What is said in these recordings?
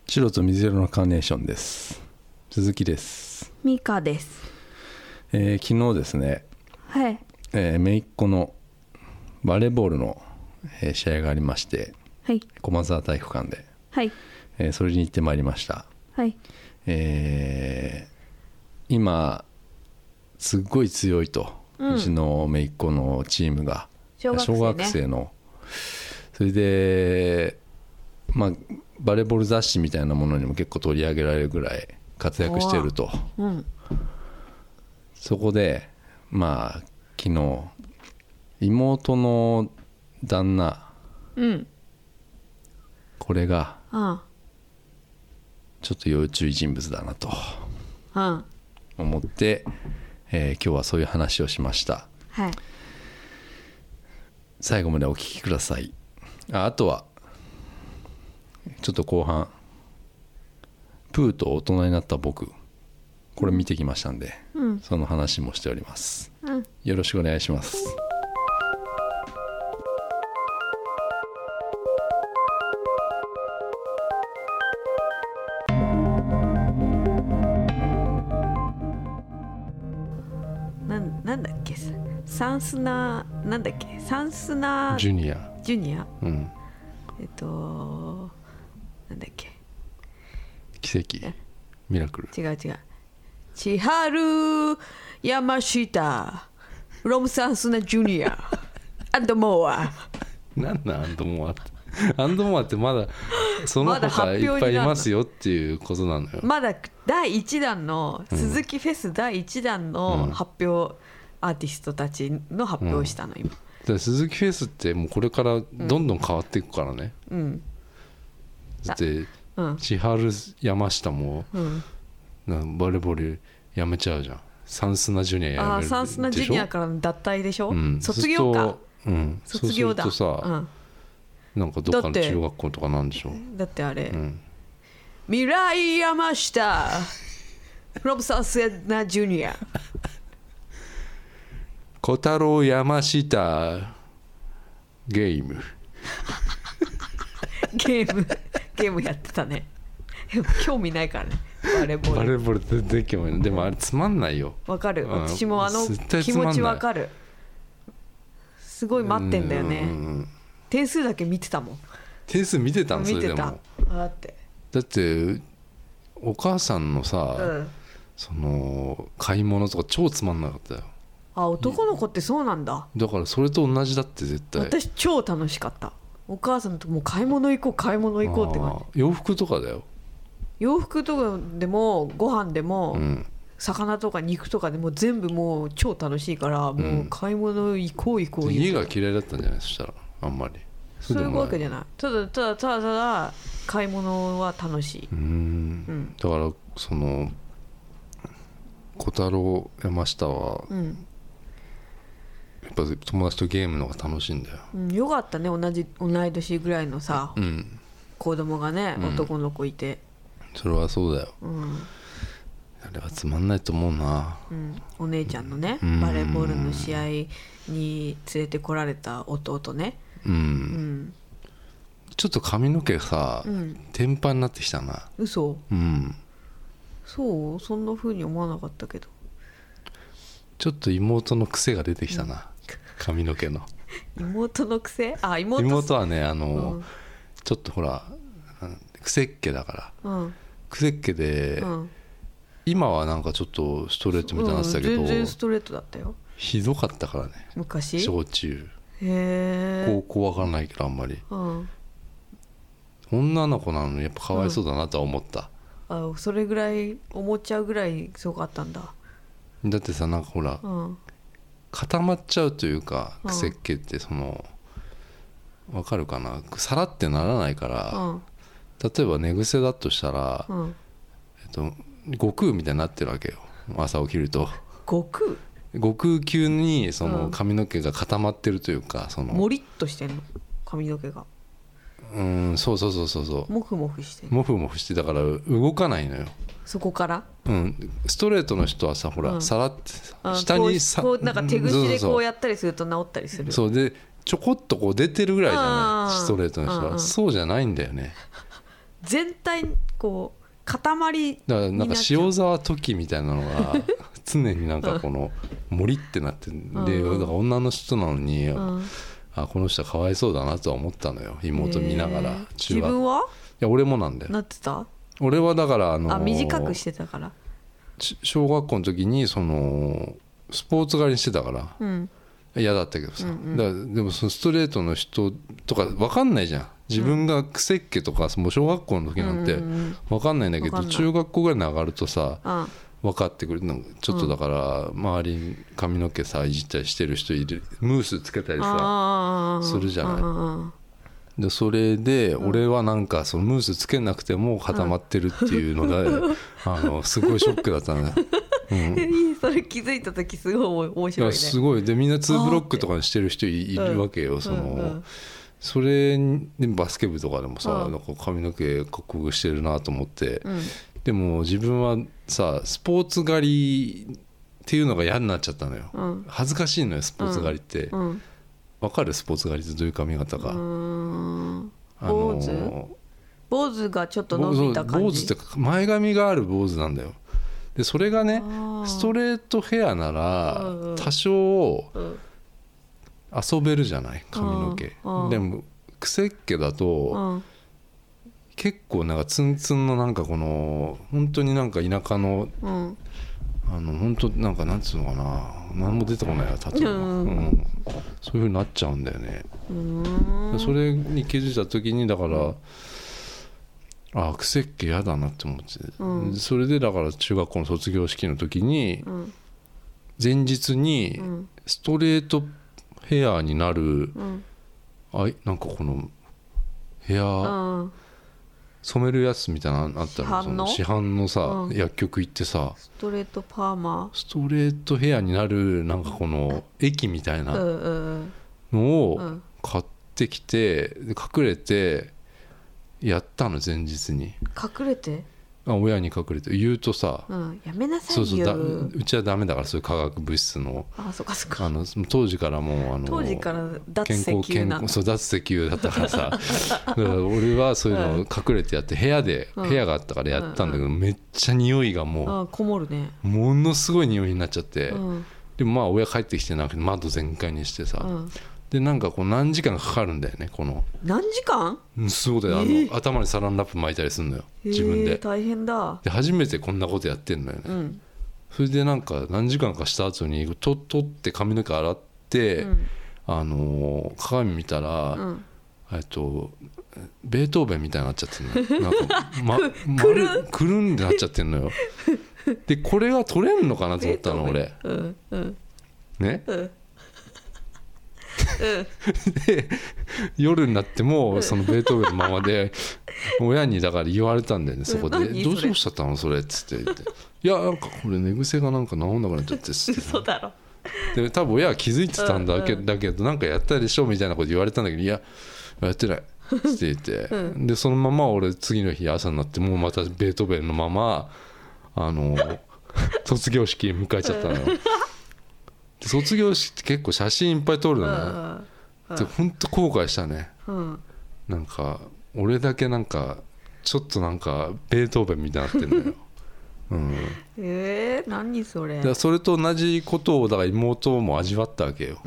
白と水色のカーネーションです。鈴木です。 ミカです。 昨日ですね、 はい。 姪っ子のバレーボールの、試合がありまして、 はい。 駒沢体育館で、 はい。 それに行ってまいりました。 はい。 今すっごい強いと、 うちの姪っ子のチームが小学生の、それでまあバレーボール雑誌みたいなものにも結構取り上げられるぐらい活躍していると、 うん、 そこでまあ昨日妹の旦那、 うん、 これがあちょっと要注意人物だなとあ、 思って、今日はそういう話をしました。 はい。 最後までお聞きください。あとはちょっと後半プーと大人になった僕、これ見てきましたんで、 うん、 その話もしております、 うん、 よろしくお願いします。 なんだっけ、サンスナなんだっけ、サンスナジュニア、うん、 なんだっけ、 奇跡、ミラクル、 違う千春山下ロムサンスナジュニアアンドモア。 なんだアンドモアってアンドモアってまだその他いっぱいいますよっていうことなのよ。 まだ第1弾の鈴木フェス第1弾の発表、アーティストたちの発表をしたの今。 で鈴木フェスってもうこれからどんどん変わっていくからね、 うん、 だって千春山下も、バレーボールやめちゃうじゃん。サンスナジュニアやめるでしょ。 サンスナジュニアからの脱退でしょ、卒業か、 卒業だ。そうするとさ、なんかどっかの中学校とかなんでしょ。 だってあれ、未来山下ロブサンスナジュニア小太郎山下ゲームゲームやってたね。興味ないからね、バレーボール全然興味ない。でもあれつまんないよ。 わかる、私もあの気持ちわかる。すごい待ってんだよね。点数だけ見てたもん。 点数見てたの？それでもだってお母さんのさ、その買い物とか超つまんなかったよ。 男の子ってそうなんだ。 だからそれと同じだって絶対。 私超楽しかった。お母さんともう買い物行こうって感じ。 洋服とかだよ。 洋服とかでもご飯でも、魚とか肉とかでも全部もう超楽しいから、もう買い物行こう家が嫌いだったんじゃない？そしたらあんまりそういうわけじゃない。ただ買い物は楽しい。 だからその小太郎山下は、やっぱ友達とゲームの方が楽しいんだよ。 よかったね、同い年ぐらいのさ、子供がね、男の子いて。 それはそうだよ、あれはつまんないと思うな、 お姉ちゃんのね、バレーボールの試合に連れてこられた弟ね、 ちょっと髪の毛がさ、天パになってきたな。 嘘？そう、そんな風に思わなかったけど、 ちょっと妹の癖が出てきたな、髪の毛の妹の癖？ 妹はね、ちょっとほら癖っ気だから、癖っ気で、今はなんかちょっとストレートみたいになってたけど、 全然ストレートだったよ。 ひどかったからね昔、 小中。 高校わからないけどあんまり、女の子なのにやっぱかわいそうだなとは思った、 それぐらい思っちゃうぐらいすごかったんだ。 だってさ、なんかほら、固まっちゃうというか、癖っ気ってそのわかるかな、さらってならないから、例えば寝癖だとしたら、悟空みたいになってるわけよ、朝起きると。悟空級にその髪の毛が固まってるというか、そのもりっとしてんの髪の毛が。 そうモフモフしてだから動かないのよ、 そこから。 ストレートの人はさ、ほら、さらって下にこうなんか手ぐしでこうやったりすると治ったりする。 そうで、ちょこっとこう出てるぐらいじゃない、ストレートの人は。そうじゃないんだよね。 全体こう塊にだからなんかなっちゃう。 塩沢時みたいなのが常になんかこの森ってなってでだから女の人なのに、あこの人はかわいそうだなとは思ったのよ、妹見ながら。 自分は？ いや俺もなんだよ。 なってた？ 俺はだから短くしてたから。 小学校の時にそのスポーツ狩りしてたから、嫌だったけどさ、だからでもそのストレートの人とか分かんないじゃん、自分が癖っ気とかもう小学校の時なんて分かんないんだけど、中学校ぐらいに上がるとさ、分かってくるのちょっとだから周りに髪の毛さいじったりしてる人いる、ムースつけたりさするじゃない。でそれで俺はなんかそのムースつけなくても固まってるっていうのですごいショックだったね。 それ気づいた時すごい面白いね。 すごいでみんな2ブロックとかにしてる人いるわけよ。それにバスケ部とかでもさ、なんか髪の毛かっこよくしてるなと思って、でも自分はさスポーツ狩りっていうのが嫌になっちゃったのよ、恥ずかしいのよスポーツ狩りって、わかる？スポーツ狩りってどういう髪型か。 坊主がちょっと伸びた感じ。 坊主って前髪がある坊主なんだよ。でそれがねストレートヘアなら多少遊べるじゃない髪の毛。でも癖っ気だと結構なんかツンツンのなんかこの本当になんか田舎の本当なんかなんつうのかな、何も出てこないや例えば、そういう風になっちゃうんだよね。それに気づいた時にだから癖っ気嫌だなって思って、それでだから中学校の卒業式の時に前日にストレートヘアになるなんかこのヘア染めるやつみたいなのあったの、市販のさ、薬局行ってさストレートパーマストレートヘアになるなんかこの液みたいなのを買ってきて隠れてやったの前日に。 隠れて？ 親に隠れて言うとさ、 やめなさいよ。 うちはダメだからそういう化学物質のそっかそっか。 当時からもう当時から脱石油なそう脱石油だったからさだから俺はそういうのを隠れてやって部屋があったからやったんだけど、めっちゃ匂いがもうこもるね。 ものすごい匂いになっちゃって、でもまあ親帰ってきてなくて窓全開にしてさ、でなんかこう何時間かかるんだよねこの。 何時間？ そうだよ、頭にサランラップ巻いたりするのよ自分で。 大変だ。 で初めてこんなことやってんのよね、それでなんか何時間かした後に取って髪の毛洗って、鏡見たら、ベートーベンみたいになっちゃってるのよ。なんか、くるんでなっちゃってんのよ。でこれが取れんのかなと思ったの俺、ね、で夜になってもそのベートーベンのままで親にだから言われたんだよねそこで。どうしちゃったのそれっつって言って、いやなんかこれ寝癖がなんか治んなくなっちゃってっつって嘘だろ。 で多分親は気づいてたんだけどなんかやったでしょみたいなこと言われたんだけど、いややってないって言って、でそのまま俺次の日朝になってもうまたベートーベンのまま卒業式迎えちゃったのよ。卒業式って結構写真いっぱい撮るのね。で本当後悔したね、なんか俺だけなんかちょっとなんかベートーベンみたいになってんのよ。 何それ。 それと同じことをだから妹も味わったわけよ。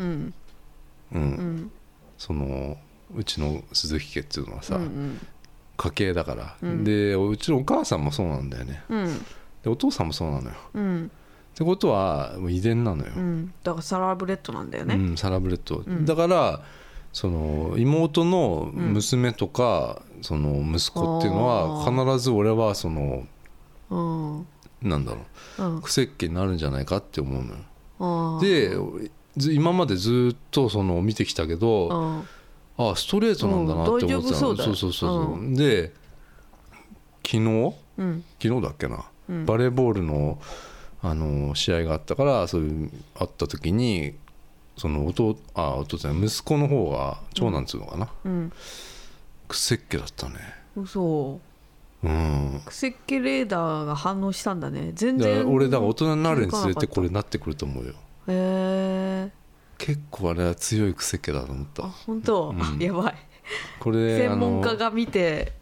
そのうちの鈴木家っていうのはさ、家系だから、でうちのお母さんもそうなんだよね、でお父さんもそうなのよ、ってことはもう遺伝なのよ、 だからサラブレッドなんだよね、 サラブレッド、だからその妹の娘とか、その息子っていうのは必ず俺はその、なんだろう、癖っ気になるんじゃないかって思うのよ。で今までずっとその見てきたけど、ストレートなんだなって思ってたの。そうで昨日だっけな、バレーボールの試合があったから、そういうあった時にその弟じゃない息子の方が長男っつうのかな、癖っ気だったね。 嘘。癖っ気レーダーが反応したんだね。全然俺だから大人になるにつれてこれなってくると思うよ。結構あれは強い癖っ気だと思った。 本当、やばい。 これ専門家が見て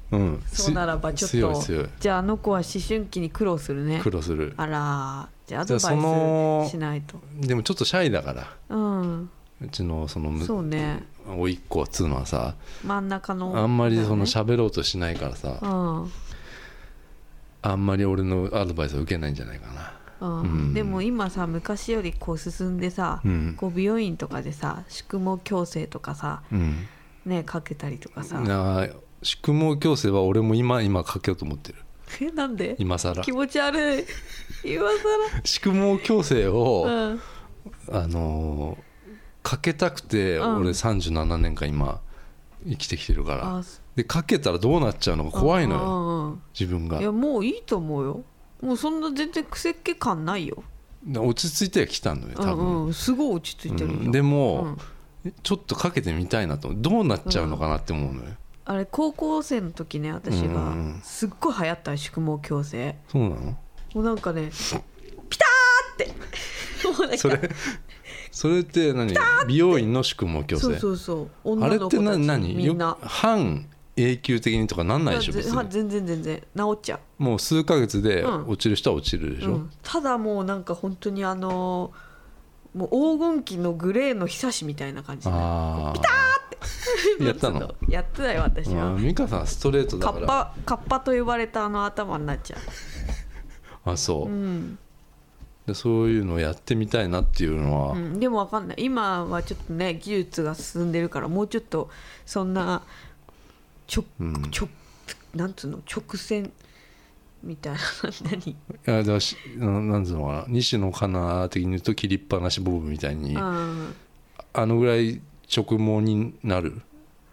うん、 そうならばちょっと強い強い。 じゃああの子は思春期に苦労するね。 苦労する。 あら、じゃあアドバイスしないと。 でもちょっとシャイだから、 うん、 うちのそのそうね、 甥っ子っつうのはさ、 真ん中の、 あんまりその喋ろうとしないからさ、 うん、 あんまり俺のアドバイスを受けないんじゃないかな。 うん、でも今さ昔よりこう進んでさ、 うん、 こう美容院とかでさ宿毛矯正とかさ、 うん、 ねかけたりとかさ。 宿毛矯正は俺も今かけようと思ってる。 なんで？ 今更気持ち悪い今更宿毛矯正を、 うん、 かけたくて、俺37年間今生きてきてるから、でかけたらどうなっちゃうのか怖いのよ、自分が。 いやもういいと思うよ。もうそんな全然癖っ気感ないよ。 落ち着いてはきたのよ多分、 すごい落ち着いてるよ、 でも、ちょっとかけてみたいなと。どうなっちゃうのかなって思うのよ、 あれ高校生の時ね私がすっごい流行った宿毛矯正。 そうなの？ もうなんかねピターってもうなんかそれって何？美容院の宿毛矯正？ そうあれって何？ みんな半永久的にとかなんないでしょ？ 全然治っちゃう。もう数ヶ月で落ちる人は落ちるでしょ、 ただもうなんか本当にもう黄金期のグレーの久しみたいな感じでピターってやったの？ やってたよ私は。 美香さんストレートだからカッパと呼ばれた頭になっちゃう。 あ、そう、でそういうのをやってみたいなっていうのは、 でも分かんない。今はちょっとね技術が進んでるからもうちょっとそんななんつうの直線みたいな何？いやだし、なんつうのかな、西野カナ的に言うと切りっぱなしボブみたいに、あのぐらい直毛になる。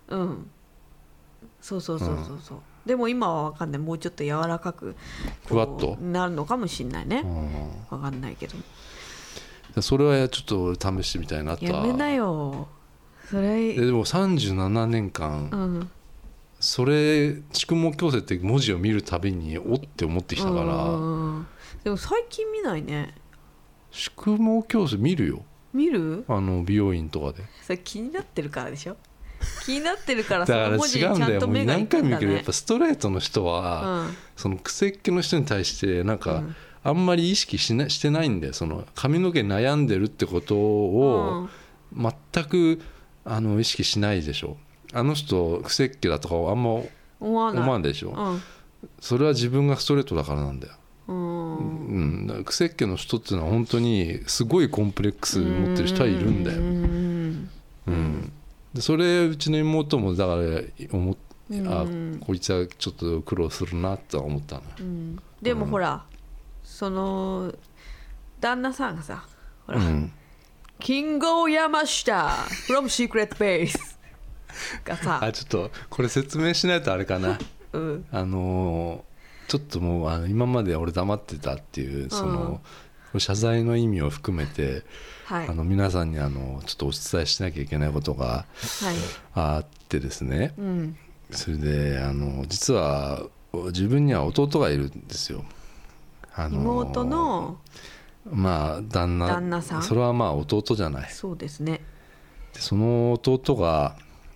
そう、でも今は分かんない。もうちょっと柔らかくふわっとなるのかもしんないね。分かんないけどそれはちょっと試してみたいなとは。 やめなよそれ。 でも37年間、それ宿毛矯正って文字を見るたびにおって思ってきたから。 でも最近見ないね。 宿毛矯正見るよ。 見る？ 美容院とかで。 それ気になってるからでしょ。気になってるからだから違うんだよ。もう何回も言うけどやっぱストレートの人は、その癖っ気の人に対してなんか、あんまり意識してないんだよ。その髪の毛悩んでるってことを全く意識しないでしょ。あの人癖っ気だとかあんま思わんでしょ、それは自分がストレートだからなんだよ。だから癖っ気の人っていうのは本当にすごいコンプレックス持ってる人はいるんだよ。でそれうちの妹もだからこいつはちょっと苦労するなとは思ったの、 でもほら、その旦那さんがさほら、金剛山下 from Secret Base がさちょっとこれ説明しないとあれかな、ちょっともう今まで俺黙ってたっていうその、謝罪の意味を含めて、皆さんにちょっとお伝えしなきゃいけないことがあってですね、それで実は自分には弟がいるんですよ。 妹の旦那さん。それはまあ弟じゃない。 そうですね。 でその弟が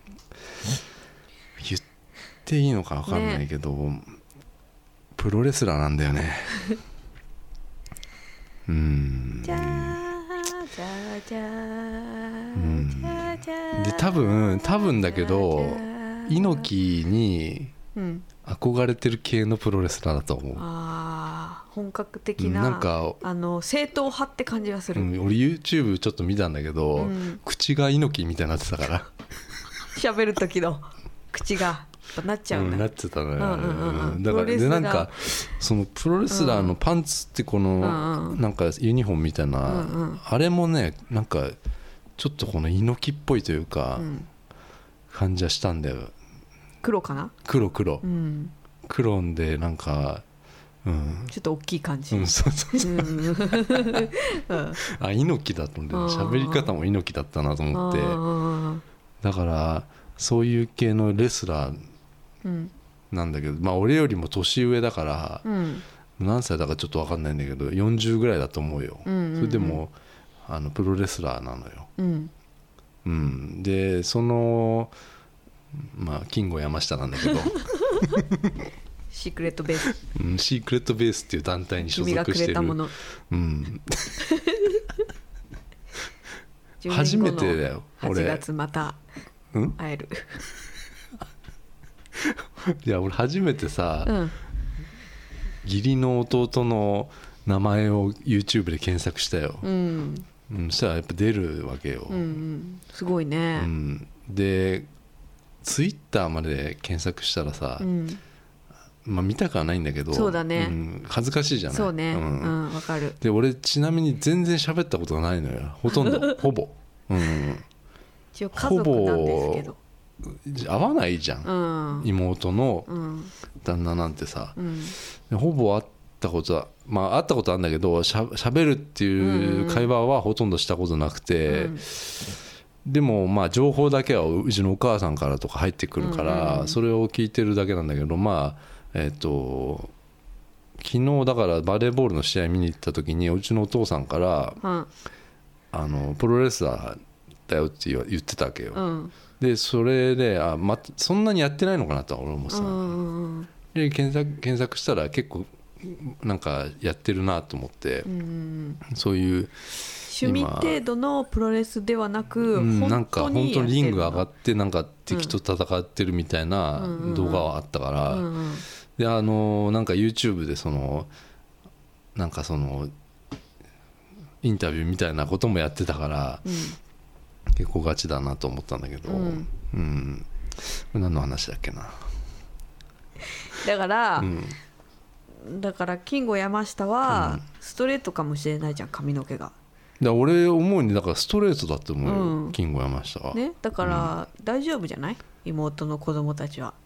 言っていいのか分かんないけど、プロレスラーなんだよね。で多分だけど猪木に憧れてる系のプロレスラーだと思う。 本格的な、なんか正統派って感じがする。 俺 YouTube ちょっと見たんだけど、口が猪木みたいになってたから喋る時の口がなっちゃうんだ、 なってたのよ、だからでなんかそのプロレスラーのパンツってこのなんかユニフォームみたいな、あれもねなんかちょっとこの猪木っぽいというか、感じはしたんだよ。 黒かな。 黒でなんか、 ちょっと大きい感じ。 そう猪木だと思って喋り方も猪木だったなと思って、だからそういう系のレスラーなんだけど、俺よりも年上だから、何歳だかちょっと分かんないんだけど40ぐらいだと思うよ、それでもプロレスラーなのよ、でその金吾山下なんだけどシークレットベース、 うん、シークレットベースっていう団体に所属してる。君がくれたもの、うん、初めてだよ俺。 8月また会える、 いや俺初めてさ、 うん、 義理の弟の名前を YouTube で検索したよ、 うんうん、そしたらやっぱ出るわけよ、 うんうん、すごいね、 うん、で Twitter まで検索したらさ、 うんまあ、見たくはないんだけど、 そうだね、 うん、恥ずかしいじゃない。 そうね、うん、わかる。 で俺ちなみに全然喋ったことがないのよ、ほとんどほぼ、うん、 一応家族なんですけど会わないじゃん、 うん、 妹の旦那なんてさ、 うん、 ほぼ会ったことはまあ会ったことあるんだけどしゃべるっていう会話はほとんどしたことなくて、うん、でもまあ情報だけはうちのお母さんからとか入ってくるから、うん、それを聞いてるだけなんだけど、まあ昨日だからバレーボールの試合見に行った時にうちのお父さんから、うん、プロレスラーだよって言ってたわけよ、うん、でそれでそんなにやってないのかなとは俺もさ、うん、で検索したら結構なんかやってるなと思って、うん、そういう趣味程度のプロレスではなく、 うん、なんか本当にリング上がってなんか敵と戦ってるみたいな動画はあったから、うんうんうん、でなんか YouTube でなんかインタビューみたいなこともやってたから、うん、結構ガチだなと思ったんだけど、うんうん、何の話だっけな。 だから、うんだからキング山下はストレートかもしれないじゃん、髪の毛が。 だ俺思うにだからストレートだって思うよ、うん、キング山下は、 ね、だから大丈夫じゃない、妹の子供たちは。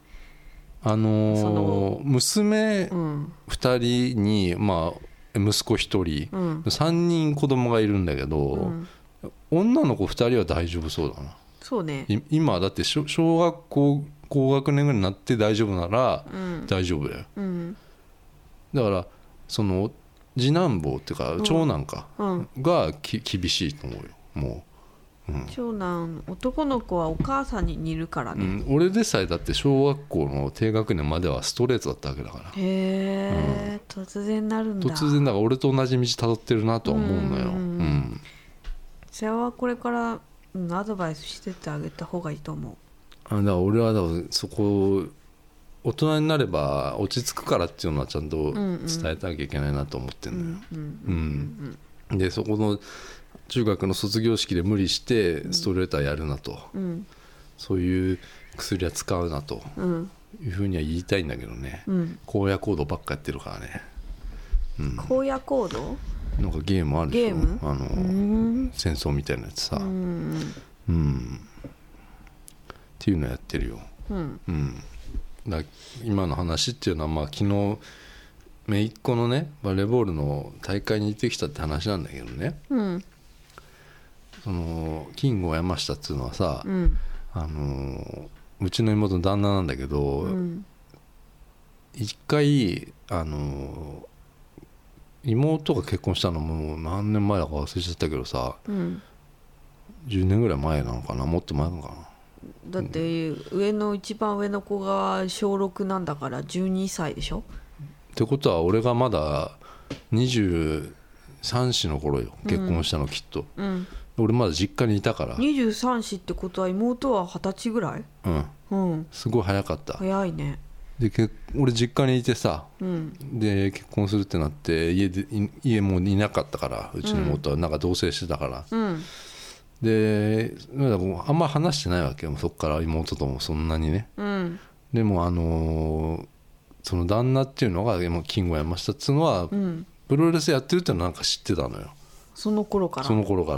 娘2人に、まあ、息子1人、うん、3人子供がいるんだけど、うん、女の子2人は大丈夫そうだな。 そうね、 今だって小学校高学年ぐらいになって大丈夫なら大丈夫だよ、うん、だから次男坊っていうか長男か、が厳しいと思うよもう、うん、 長男男の子はお母さんに似るからね、うん、 俺でさえだって小学校の低学年まではストレートだったわけだから。 へえ、うん、突然なるんだ。 突然だから俺と同じ道たどってるなとは思うのよ。 じゃあこれから、アドバイスしてってあげた方がいいと思う。 だから俺はだからそこ大人になれば落ち着くからっていうのはちゃんと伝えたなきゃいけないなと思ってんのよ。でそこの中学の卒業式で無理してストレートはやるなと、うん、そういう薬は使うなというふうには言いたいんだけどね、うん、荒野行動ばっかやってるからね、 うん、荒野行動なんかゲームあるでしょ、戦争みたいなやつさ、っていうのやってるよ、だ今の話っていうのは、まあ昨日姪っ子のねバレーボールの大会に行ってきたって話なんだけどね、キング山下っていうのはさ、うちの妹の旦那なんだけど、一回妹が結婚したのも何年前だか忘れちゃったけどさ、10年ぐらい前なのかな、もっと前なのかな。 だって一番上の子が小6なんだから12歳でしょ。 ってことは俺がまだ23、4の頃よ結婚したのきっと、俺まだ実家にいたから。 23、4ってことは妹は20歳ぐらい。 すごい早かった。 早いね。 で俺実家にいてさ、で結婚するってなって家もういなかったから、うちの妹はなんか同棲してたから、であんま話してないわけよそっから妹ともそんなにね、でもその旦那っていうのがキング山下っていうのは、プロレスやってるっていうのはなんか知ってたのよその頃から。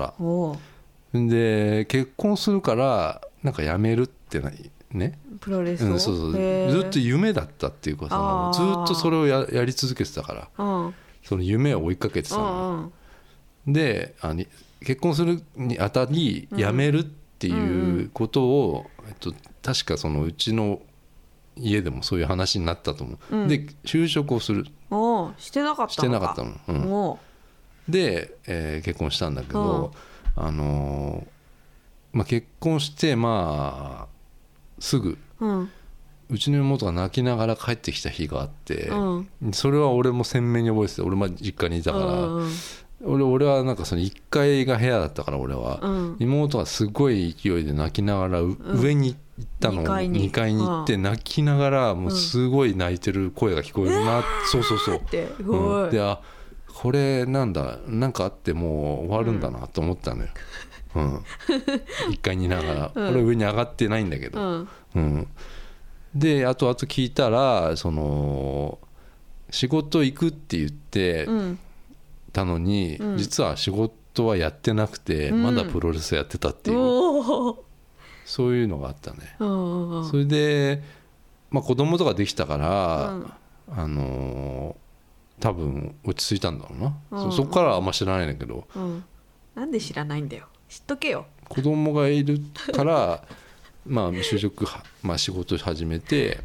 で結婚するからなんかやめるってね、 プロレスを、 そうずっと夢だったっていうかさ、ずっとそれを やり続けてたから、その夢を追いかけてたの、で結婚するにあたり辞めるっていうことを、確かうちの家でもそういう話になったと思う、で就職をするしてなかったのか。 してなかったの、で、結婚したんだけど、結婚してすぐ、 うちの妹が泣きながら帰ってきた日があって、それは俺も鮮明に覚えてて、俺まあ実家にいたから、俺はなんかその1階が部屋だったから、俺は、妹がすごい勢いで泣きながら上に行ったのを2階に行って泣きながら、もうすごい泣いてる声が聞こえるな、そうそうそう、で、あ、これなんだ、なんかあってもう終わるんだなと思ったのよ、1階にいながら、俺上に上がってないんだけど、で後々聞いたら、その仕事行くって言ってたのに、実は仕事はやってなくて、まだプロレスやってたっていう、そういうのがあったね。それで、まあ、子供とかできたから、多分落ち着いたんだろうな、そこからはあんま知らないんだけど、 なんで知らないんだよ、知っとけよ。 子供がいるからまあ就職、まあ、仕事始めて、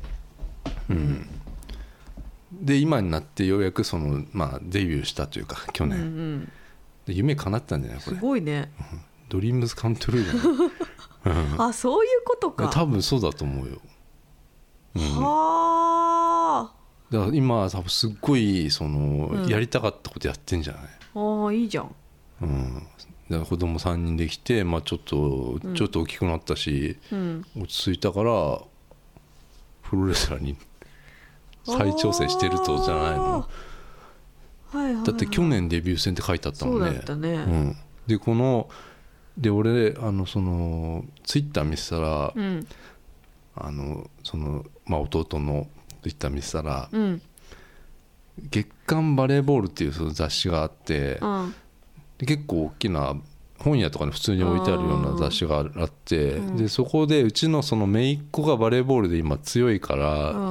で今になってようやくその、まあ、デビューしたというか、去年、で夢叶ったんじゃないこれ。 すごいね、 ドリームズカムトゥルーじゃないあ、そういうことか。 多分そうだと思うよ、 はあ。 だから今多分すっごいその、やりたかったことやってんじゃない。 ああ、いいじゃん。 だから子供3人できて、まあ、ちょっと大きくなったし、落ち着いたからプロレスラーに再挑戦してるとじゃないの。だって去年デビュー戦って書いてあったもんね。 そうだったね、 で俺そのツイッター見せたら、その、まあ、弟のツイッター見せたら、月刊バレーボールっていうその雑誌があって、で結構大きな本屋とかに普通に置いてあるような雑誌があって、でそこでうちのその姪っ子がバレーボールで今強いから、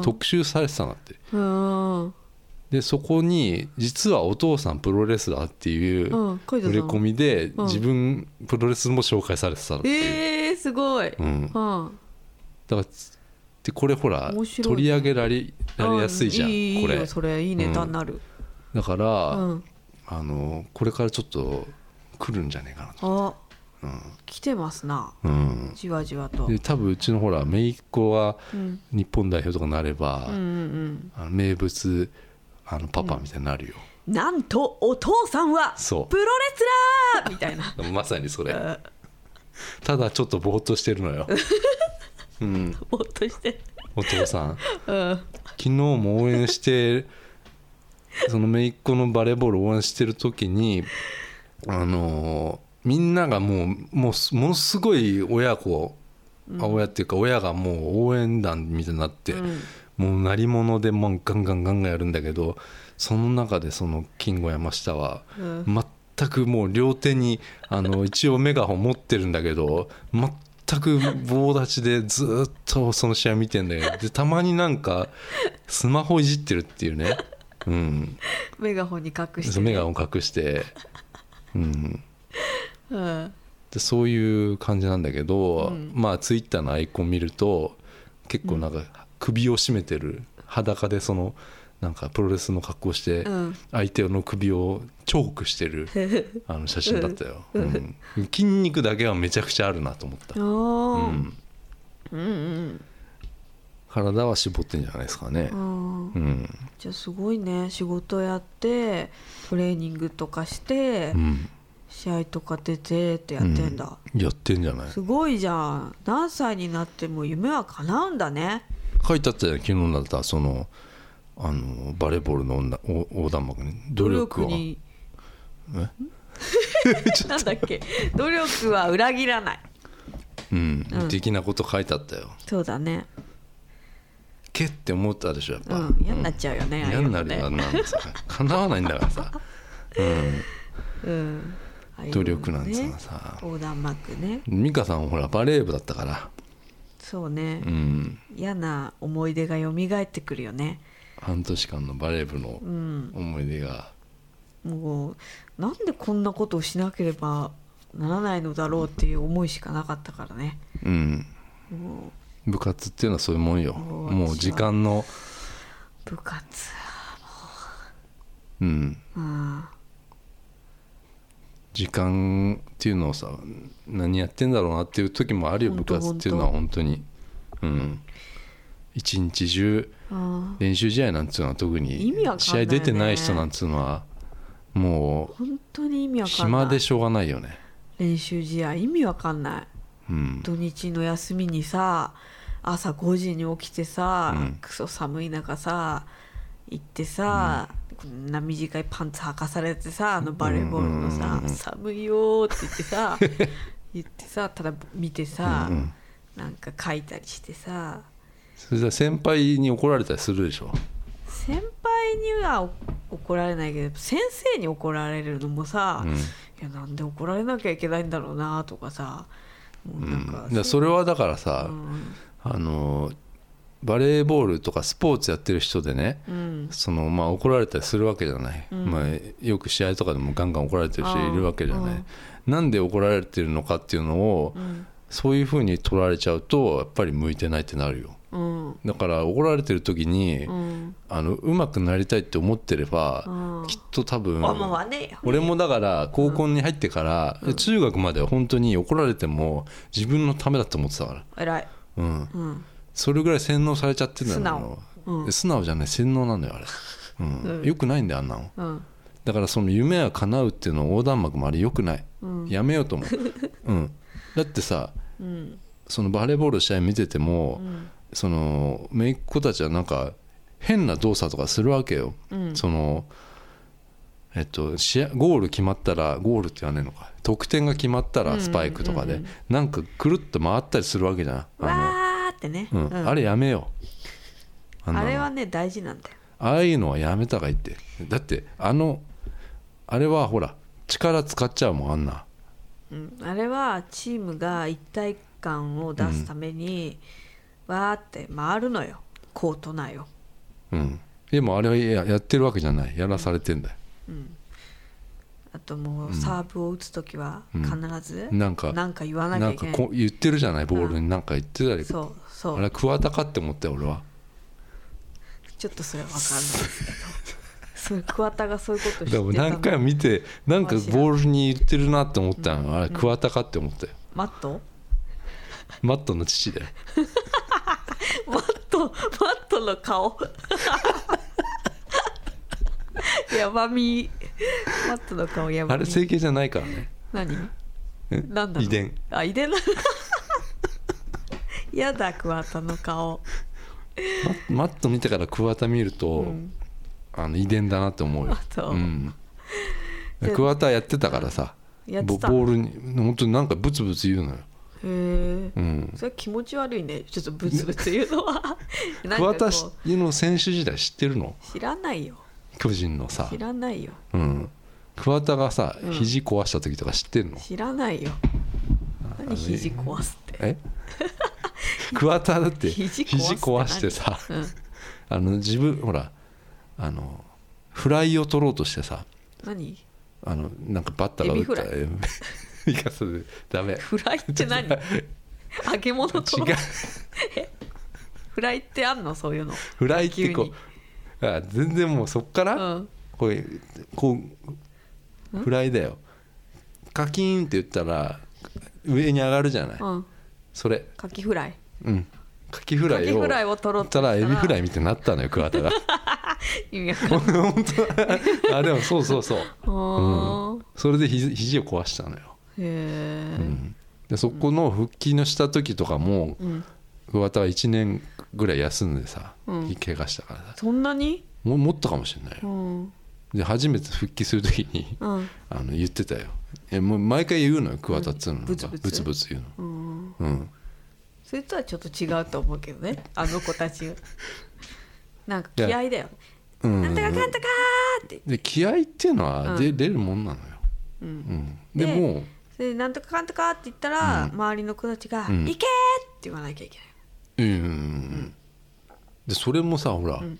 特集されてたんだって、でそこに実はお父さんプロレスラーっていう触れ込みで、自分プロレスも紹介されてたっていう。 すごい、 だからでこれほら取り上げられやすいじゃん、これ。 それいいネタになる、 だから、これからちょっと来るんじゃねえかなと。 来てますな、じわじわと。 で多分うちのほら姪っ子は日本代表とかなれば、名物パパみたいになるよ、 なんとお父さんはプロレスラーみたいなまさにそれただちょっとぼーっとしてるのよぼーっとしてお父さん、昨日も応援してその姪っ子のバレーボールを応援してる時にみんながもうものすごい親っていうか親がもう応援団みたいになって、もう鳴り物でもうガンガンやるんだけど、その中でその金吾山下は全くもう両手に一応メガホン持ってるんだけど、全く棒立ちでずっとその試合見てんだけど、でたまになんかスマホいじってるっていうね、 メガホンに隠して、 メガホン隠してでそういう感じなんだけど、まあツイッターのアイコン見ると結構なんか首を絞めてる、裸でそのなんかプロレスの格好して相手の首をチョークしてる写真だったよ、筋肉だけはめちゃくちゃあるなと思った、体は絞ってんじゃないですかね、 じゃあすごいね、仕事やってトレーニングとかして、試合とか出てってやってんだ、 やってんじゃない。 すごいじゃん。何歳になっても夢は叶うんだね。 書いてあったじゃん、昨日だったらそのバレーボールの横断幕に努力になんだっけ、努力は裏切らない、 的なこと書いてあったよ。 そうだね。 けって思ったでしょ、やっぱ、 嫌になっちゃうよね、 嫌になるよ、なんてさ叶わないんだからさ、努力なんつうのさ、 横断幕ね。 美香さんほらバレー部だったから。 そうね、嫌な思い出が蘇ってくるよね。 半年間のバレー部の思い出が、 もうなんでこんなことをしなければならないのだろうっていう思いしかなかったからね。 もう部活っていうのはそういうもんよ。もう時間の部活時間っていうのをさ、何やってんだろうなっていう時もあるよ、部活っていうのは本当に。 一日中練習試合なんつうのは特に試合出てない人なんつうのはもう本当に意味わかんない。 暇でしょうがないよね。 練習試合意味わかんない、 うん、 土日の休みにさ朝5時に起きてさ、 うん、 クソ寒い中さ行ってさ、こんな短いパンツ履かされてさあのバレーボールのさ、寒いよって言ってさただ見てさ、なんか書いたりしてさ。 それじゃ先輩に怒られたりするでしょ。 先輩には怒られないけど先生に怒られるのもさ、いやなんで怒られなきゃいけないんだろうなとかさ、もうなんか、 それはだからさ、バレーボールとかスポーツやってる人でね、怒られたりするわけじゃない、よく試合とかでもガンガン怒られてる人いるわけじゃない、なんで怒られてるのかっていうのを、そういうふうに取られちゃうとやっぱり向いてないってなるよ、だから怒られてる時に、うまくなりたいって思ってれば、きっと多分俺もだから高校に入ってから、中学までは本当に怒られても自分のためだと思ってたから。 偉い、 それぐらい洗脳されちゃってるんだよ。素直じゃない洗脳なんだよあれ、よくないんだよあんなの、だからその夢は叶うっていうの横断幕もあれよくない、やめようと思う、だってさ、そのバレーボールの試合見てても、その姪っ子たちはなんか変な動作とかするわけよ、その試合ゴール決まったらゴールって言わねえのか、得点が決まったらスパイクとかで、なんかくるっと回ったりするわけじゃん、 わーってね、 あれやめよう、 あれはね大事なんだよ。 ああいうのはやめた方がいいって。だってあれはほら力使っちゃうもんあんな、 あれはチームが一体感を出すために、わーって回るのよコート内を、でもあれはやってるわけじゃない、やらされてんだよ、 あともうサーブを打つときは必ずなんか言わなきゃいけない、 なんか言ってるじゃない、ボールになんか言ってたり、 そうあれ桑田かって思ったよ俺は。 ちょっとそれは分かんないですけどそういう桑田がそういうことしてたの。 でも何回も見てなんかボールに言ってるなって思ったの、あれ桑田かって思ったよ。 マットの父だよマットの顔やばみ、マットの顔やばみ。 あれ整形じゃないからね。 何なんだろう、 遺伝。 あ、遺伝だやだ桑田の顔。 マット見てから桑田見ると、遺伝だなって思うよ。桑田やってたからさ、ボールに本当になんかブツブツ言うのよ。 へえ、それ気持ち悪いね、ちょっとブツブツ言うのは桑田の選手時代知ってるの？ 知らないよ。 巨人のさ、 知らないよ。 桑田がさ、肘壊した時とか知ってるの？ 知らないよ。何肘壊すって。 桑田だって肘壊してさ、自分ほらフライを取ろうとしてさ、 何なんかバッターが打ったらいやそれダメ。 フライって何？揚げ物と違うフライってあんの？そういうの。 フライってこう全然もうそっから、こうフライだよ。カキーンって言ったら上に上がるじゃない、それカキフライ。 カキフライを取ろうとしたらエビフライみたいになったのよ桑田が意味わかんない本当あでもそうそうそう、それで肘を壊したのよ。 へでそこの復帰のした時とかも、桑田は1年ぐらい休んでさ、怪我したからさ。 そんなにもっとかもしれないよ、で初めて復帰する時に、言ってたよ。もう毎回言うのよ桑田っつうのが、ブツブツ言うの。 それとはちょっと違うと思うけどね、あの子たちなんか気合だよ、なんとかかんとかーって。 で気合っていうのは出るもんなのよ、でもそれでなんとかかんとかって言ったら、周りの子たちが「行け!」って言わなきゃいけない。 でそれもさほら、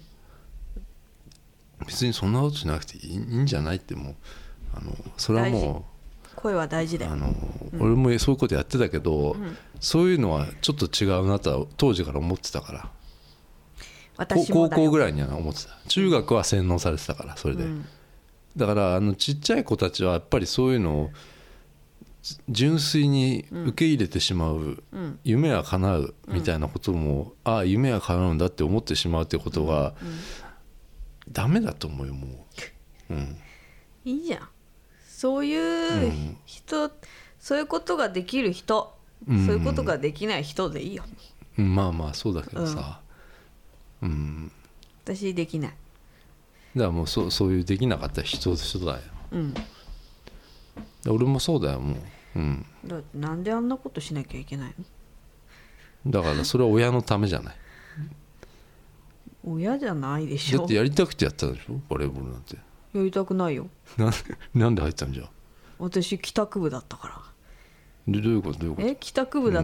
別にそんなことしなくていいんじゃないって、もうそれはもう声は大事だよ。 俺もそういうことやってたけど、そういうのはちょっと違うなとは当時から思ってたから。 私もだよ。 高校ぐらいには思ってた。中学は洗脳されてたからそれで、だからちっちゃい子たちはやっぱりそういうのを純粋に受け入れてしまう、夢は叶うみたいなことも、ああ夢は叶うんだって思ってしまうってことが、ダメだと思うよもう、 いいじゃんそういう人、そういうことができる人、そういうことができない人でいいよ、 まあまあそうだけどさ、 私できない。 だからもうそういうできなかった人だよ、俺もそうだよもう、 だってなんであんなことしなきゃいけないの？ だからそれは親のためじゃない親じゃないでしょ。 だってやりたくてやったでしょバレーボールなんて。 やりたくないよ。 なんで入ったんじゃ。 私帰宅部だったから。 どういうこと帰宅部だった、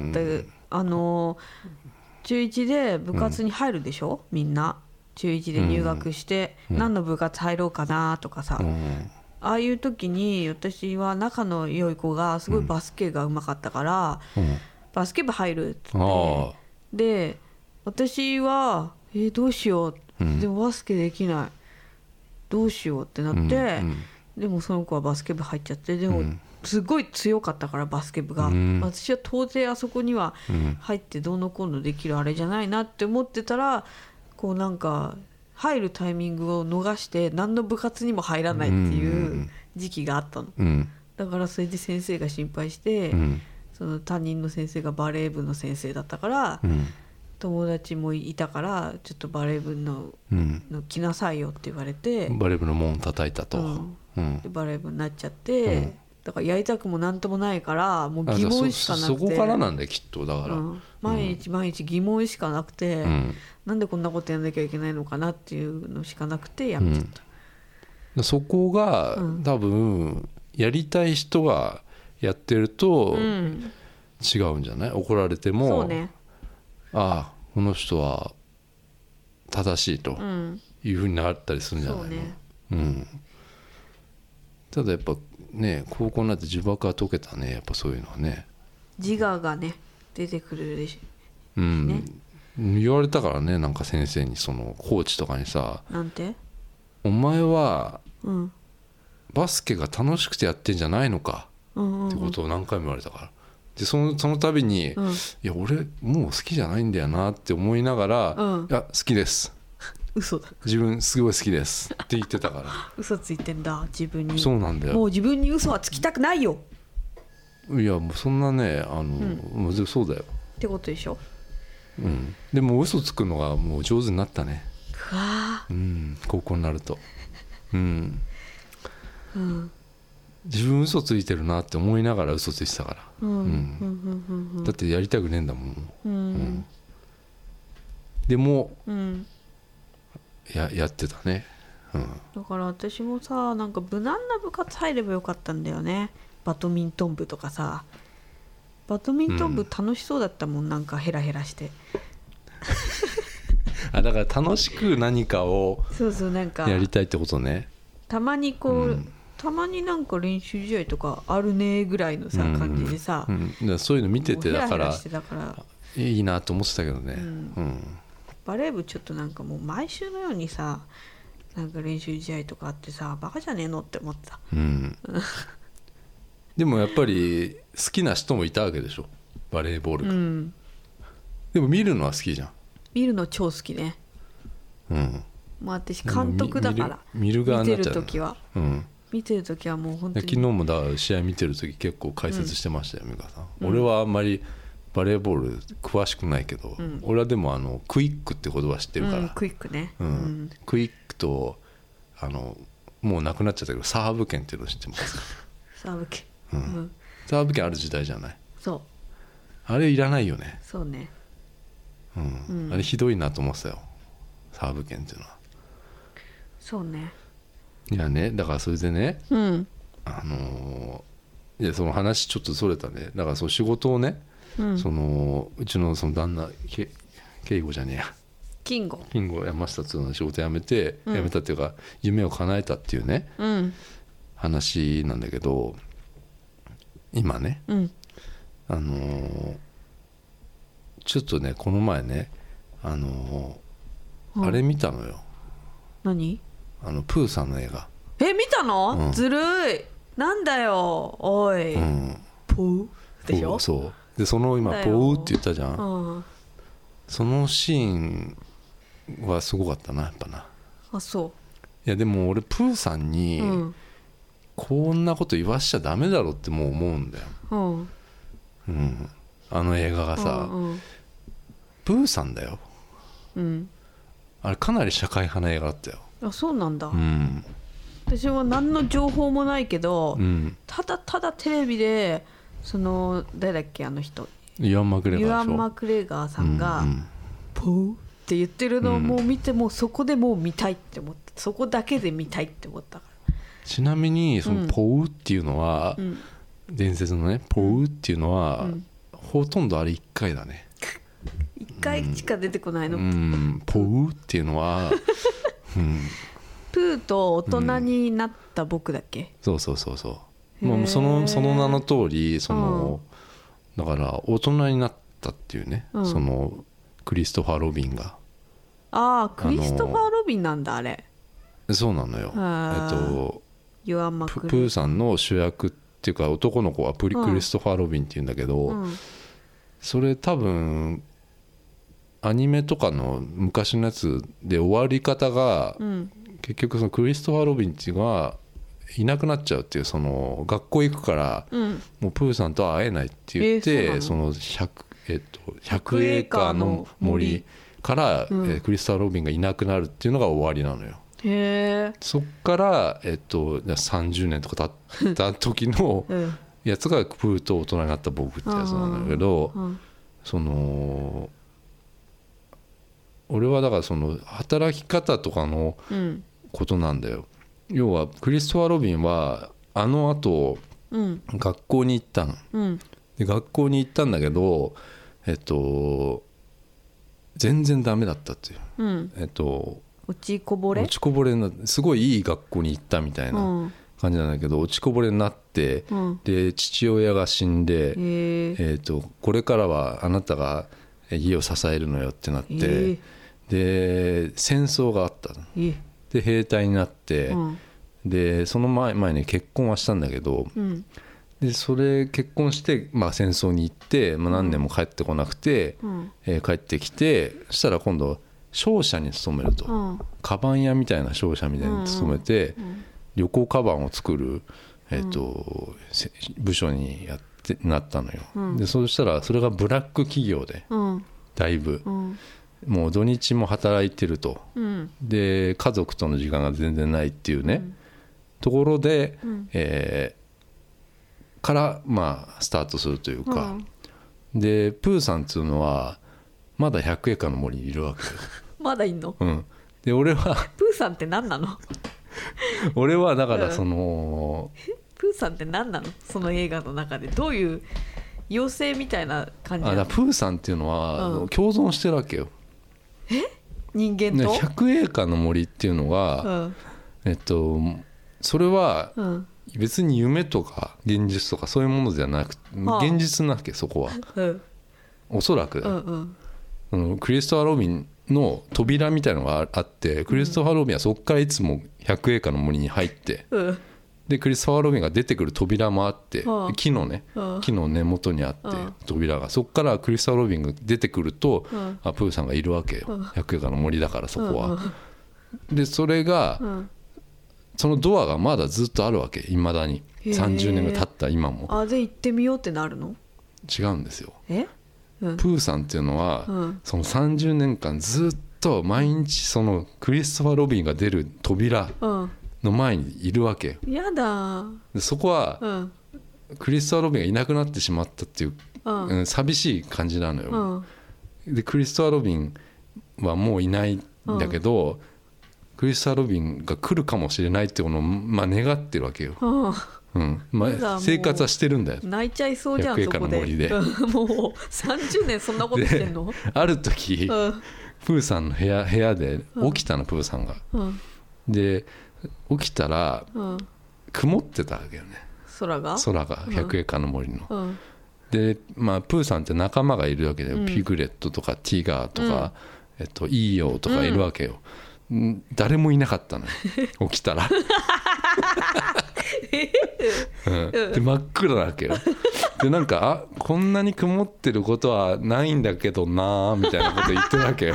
中1で部活に入るでしょ、みんな中1で入学して、何の部活入ろうかなとかさ、ああいう時に私は仲の良い子がすごいバスケがうまかったから、バスケ部入るっつって、で私はどうしよう、でもバスケできないどうしようってなって、でもその子はバスケ部入っちゃって、でもすごい強かったからバスケ部が、私は当然あそこには入ってどうのこうのできるあれじゃないなって思ってたら、こうなんか入るタイミングを逃して何の部活にも入らないっていう時期があったの、だからそれで先生が心配して、その担任の先生がバレー部の先生だったから、友達もいたからちょっとバレー部の来なさいよって言われて、 バレー部の門叩いたと、 でバレー部になっちゃって、だからやりたくもなんともないからもう疑問しかなくて、 そこからなんだよきっと。だから、 毎日疑問しかなくて、なんでこんなことやんなきゃいけないのかなっていうのしかなくてやめちゃった、 そこが、多分やりたい人がやってると違うんじゃない？怒られても、 そうね、 ああこの人は正しいというふうになったりするんじゃないの？ そうね、 ただやっぱね高校になって呪縛が解けたね、やっぱそういうのはね、 自我がね出てくるでしょ、ね、言われたからね、なんか先生に、そのコーチとかにさ、 なんて、 お前はバスケが楽しくてやってんじゃないのかってことを何回も言われたから、でその度に、いや俺もう好きじゃないんだよなって思いながら、いや好きです嘘だ、 自分すごい好きですって言ってたから嘘ついてんだ自分に。 そうなんだよ、 もう自分に嘘はつきたくないよ。 いやもうそんなねもうそうだよってことでしょ、 でも嘘つくのがもう上手になったね、高校になると、自分嘘ついてるなって思いながら嘘ついてたから、だってやりたくねえんだもん、でも、やってたね、 だから私もさ、なんか無難な部活入ればよかったんだよね。バドミントン部とかさ、バドミントン部楽しそうだったもん、なんかヘラヘラしてだから楽しく何かをなんかやりたいってことね。 たまにこう、たまになんか練習試合とかあるねぐらいのさ、感じでさ、 だからそういうの見てて、だからしてたからいいなと思ってたけどね、 バレー部ちょっとなんかもう毎週のようにさ、なんか練習試合とかあってさ、バカじゃねえのって思ってた、 でもやっぱり好きな人もいたわけでしょ、バレーボールが、でも見るのは好きじゃん。 見るの超好きね、もう私監督だから見る側になっちゃう、 見てるときはもう本当に。 昨日もだから試合見てるとき結構解説してましたよ、美香さん。俺はあんまりバレーボール詳しくないけど、俺はでもクイックって言葉知ってるから、 クイックね、 クイックともうなくなっちゃったけどサーブ権っていうの知ってますか？ サーブ権、 サーブ権ある時代じゃない？ そう、 あれいらないよね。 そうね、 あれひどいなと思ってたよ、サーブ権っていうのは。 そうね。 いやね、だからそれでね、いやその話ちょっとそれたね。だからそう仕事をね、うちのその旦那圭吾じゃねえや、金吾山下っていうの仕事辞めたっていうか夢を叶えたっていうね、話なんだけど、今ね、ちょっとねこの前ねあれ見たのよ。 何？ プーさんの映画。 見たの？ずるい。なんだよおい、プポーでしょ。 そうでその今ポーって言ったじゃん、 うん、 そのシーンはすごかったなやっぱな。 あそう。 いやでも俺プーさんに、こんなこと言わしちゃダメだろってもう思うんだよ、 うんうん、あの映画がさ、 うんうん、 プーさんだよ、 うん、 あれかなり社会派な映画だったよ。 あそうなんだ、 うん、 私は何の情報もないけど、 うん、 ただただテレビでその誰だっけあの人ユアン・マクレガーでしょ。 ユアン・マクレガーさんが、 うんうん、 ポーって言ってるのをもう見て、もうそこでもう見たいって思った。そこだけで見たいって思ったから。 ちなみにそのポーっていうのは、うん、伝説のねポーっていうのは、うん、ほとんどあれ1回だね。 1回しか出てこないの、 うん、ポーっていうのは、うん、 プーと大人になった僕だっけ、 うん、そうもうその名の通りその、だから大人になったっていうね、そのクリストファー・ロビンが。 ああクリストファー・ロビンなんだあれ。 そうなのよ。 ユアン・マクレガープーさんの主役っていうか男の子はクリストファー・ロビンっていうんだけど、それ多分アニメとかの昔のやつで終わり方が、結局そのクリストファー・ロビンっていうのはいなくなっちゃうっていう、その学校行くから、もうプーさんとは会えないって言って、その100エーカーの森から、クリストファー・ロビンがいなくなるっていうのが終わりなのよ。 へそっから、30年とか経った時のやつがプーと大人になった僕ってやつなんだけど、その俺はだからその働き方とかのことなんだよ、要はクリストファー・ロビンはあの後、学校に行ったの、で学校に行ったんだけど全然ダメだったっていう、 落ちこぼれな、すごいいい学校に行ったみたいな感じなんだけど、落ちこぼれになって、で父親が死んで、これからはあなたが家を支えるのよってなって、で戦争があった、で兵隊になって、でその前に結婚はしたんだけど、でそれ結婚して、戦争に行って、何年も帰ってこなくて、帰ってきて、そしたら今度商社に勤めると、カバン屋みたいな商社みたいに勤めて、旅行カバンを作る、部署になったのよ、でそうしたらそれがブラック企業で、だいぶ、もう土日も働いてると、で家族との時間が全然ないっていうね、ところで、からスタートするというか、でプーさんっていうのはまだ100エーカーの森にいるわけよまだいんの、 で俺はプーさんって何なの俺はだからその、 プーさんって何なの、その映画の中でどういう妖精みたいな感じなの。 プーさんっていうのは、共存してるわけよ。 人間と 100エーカーの森っていうのが、それは別に夢とか現実とかそういうものじゃなくて、現実なわけそこは、おそらく、クリストファー・ロビンの扉みたいなのがあって、クリストファー・ロビンはそこからいつも100エーカーの森に入って、でクリストファー・ロビンが出てくる扉もあって、木の根元にあって、扉がそこからクリストファー・ロビンが出てくると、プーさんがいるわけよ、100エーカーの森だからそこは、でそれが、そのドアがまだずっとあるわけ、いまだに30年が経った今も。 で行ってみようってなるの。 違うんですよ、プーさんっていうのは、その30年間ずっと毎日そのクリストファー・ロビンが出る扉の前にいるわけよ。 やだ。 でそこは、クリストファー・ロビンがいなくなってしまったっていう、寂しい感じなのよ、でクリストファー・ロビンはもういないんだけど、クリストファー・ロビンが来るかもしれないっていうのを、願ってるわけよ、生活はしてるんだよ。 泣いちゃいそうじゃん、そこで。もう30年そんなことしてんの。 ある時、プーさんの部屋で起きたの、プーさんが、で起きたら、曇ってたわけよね、空が100エーカーの森の、でプーさんって仲間がいるわけで、ピグレットとかティガーとか、イーヨーとかいるわけよ、誰もいなかったのよ起きたらで真っ暗なわけよでなんかこんなに曇ってることはないんだけどなみたいなこと言ってるわけよ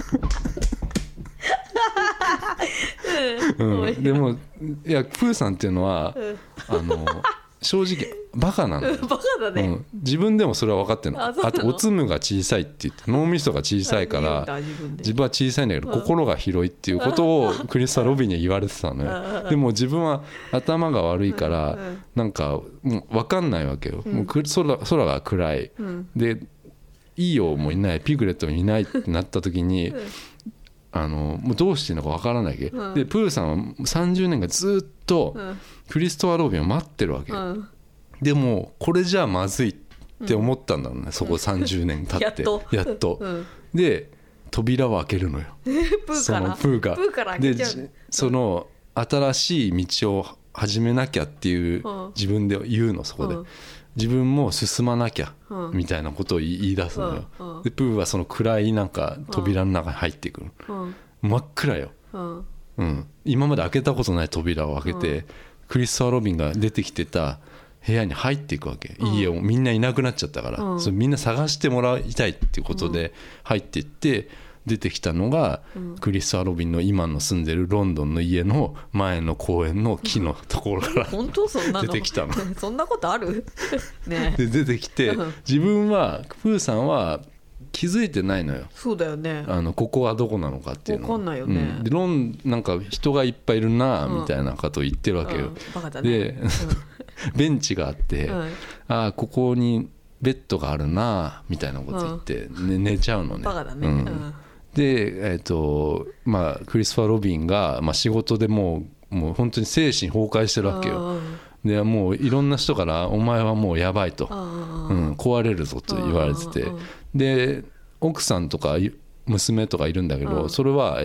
うん、でもいやプーさんっていうのは、正直バカなんだよバカだね、 自分でもそれは分かってるの。あとおつむが小さいって言って脳みそが小さいから自分は小さいんだけど心が広いっていうことをクリスタ・ロビンに言われてたのよ。でも自分は頭が悪いからなんかもう分かんないわけよ。もう空が暗いでいいよもいないピグレットもいないってなった時にもうどうしていいのか分からないわけ、でプーさんは30年間ずっとクリストファー・ロビンを待ってるわけ、でもこれじゃまずいって思ったんだろうね、そこ30年経ってやっと、で扉を開けるのよプーがでその新しい道を始めなきゃっていう自分で言うの、そこで自分も進まなきゃみたいなことを言い出すのよ、でプーはその暗いなんか扉の中に入っていくの、真っ暗よ、今まで開けたことない扉を開けて、クリストファー・ロビンが出てきてた部屋に入っていくわけ、家をみんないなくなっちゃったから、それみんな探してもらいたいっていうことで入っていって出てきたのが、クリストファー・ロビンの今の住んでるロンドンの家の前の公園の木のところから本当そんなの出てきたのそんなことあるねで出てきて自分はプーさんは気づいてないのよ。 そうだよね、 ここはどこなのかっていうの分かんないよね、 でなんか人がいっぱいいるなみたいなことを言ってるわけよ、 バカだね、 で、ベンチがあって、ここにベッドがあるなみたいなこと言って、寝ちゃうのね。 バカだね、 でクリストファー・ロビンが、仕事でもう本当に精神崩壊してるわけよ。でもういろんな人からお前はもうやばいと、壊れるぞと言われてて、で奥さんとか娘とかいるんだけど、それは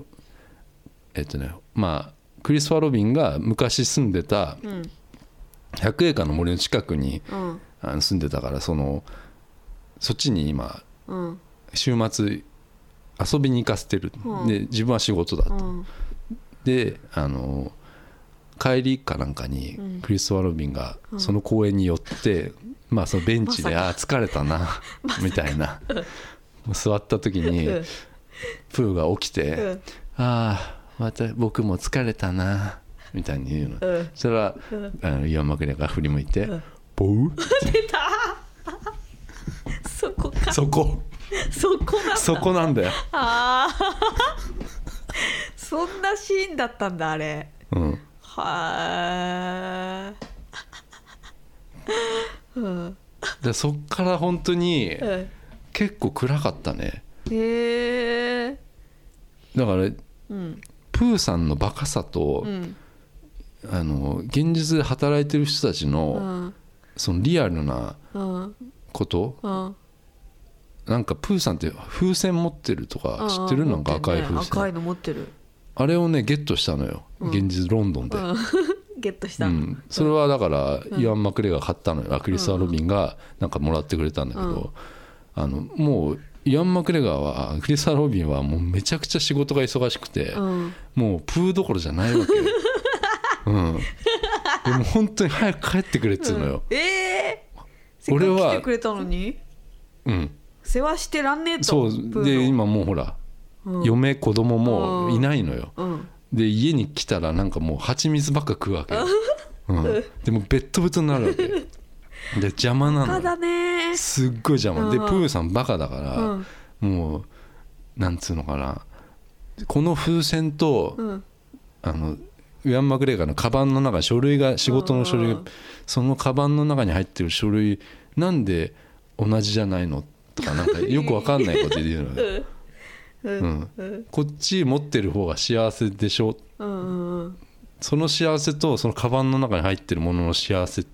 クリストファー・ロビンが昔住んでた100エーカーの森の近くに住んでたから、そっちに今週末遊びに行かせてる、で自分は仕事だと、で帰りかなんかにクリストファー・ロビンがその公園に寄って、そのベンチで疲れたなみたいな座った時にプーが起きて僕も疲れたなみたいに言うの、そしたらイワン・マクレガーが振り向いてボウ出たそこかそこなんだよそんなシーンだったんだあれ、はでそっから本当に結構暗かったね。 へえ。 だから、プーさんのバカさと、現実で働いてる人たちの、そのリアルなこと、なんかプーさんって風船持ってるとか知ってる？なんか赤い風船、 赤いの持ってる。 あれをねゲットしたのよ、現実ロンドンで、 ゲットした、 それはだからイワン・マクレガーが買ったのよ、クリストファー・ロビンがなんかもらってくれたんだけど、もうイワン・マクレガーはクリストファー・ロビンはもうめちゃくちゃ仕事が忙しくて、もうプーどころじゃないわけよ、でも本当に早く帰ってくれっつうのよ、 俺は来てくれたのに、世話してらんねえと。 そうで今もうほら、嫁子供もいないのよ、で家に来たらなんかもう蜂蜜ばっか食うわけよ、でもベッドベトになるわけで邪魔なの、 バカだね、 すっごい邪魔で、プーさんバカだから、もうなんつうのかな、この風船と、イワン・マクレガーのカバンの中に書類が、仕事の書類が、そのカバンの中に入ってる書類なんで同じじゃないのとか、なんかよくわかんないこと言うのよこっち持ってる方が幸せでしょ、その幸せとそのカバンの中に入ってるものの幸せって、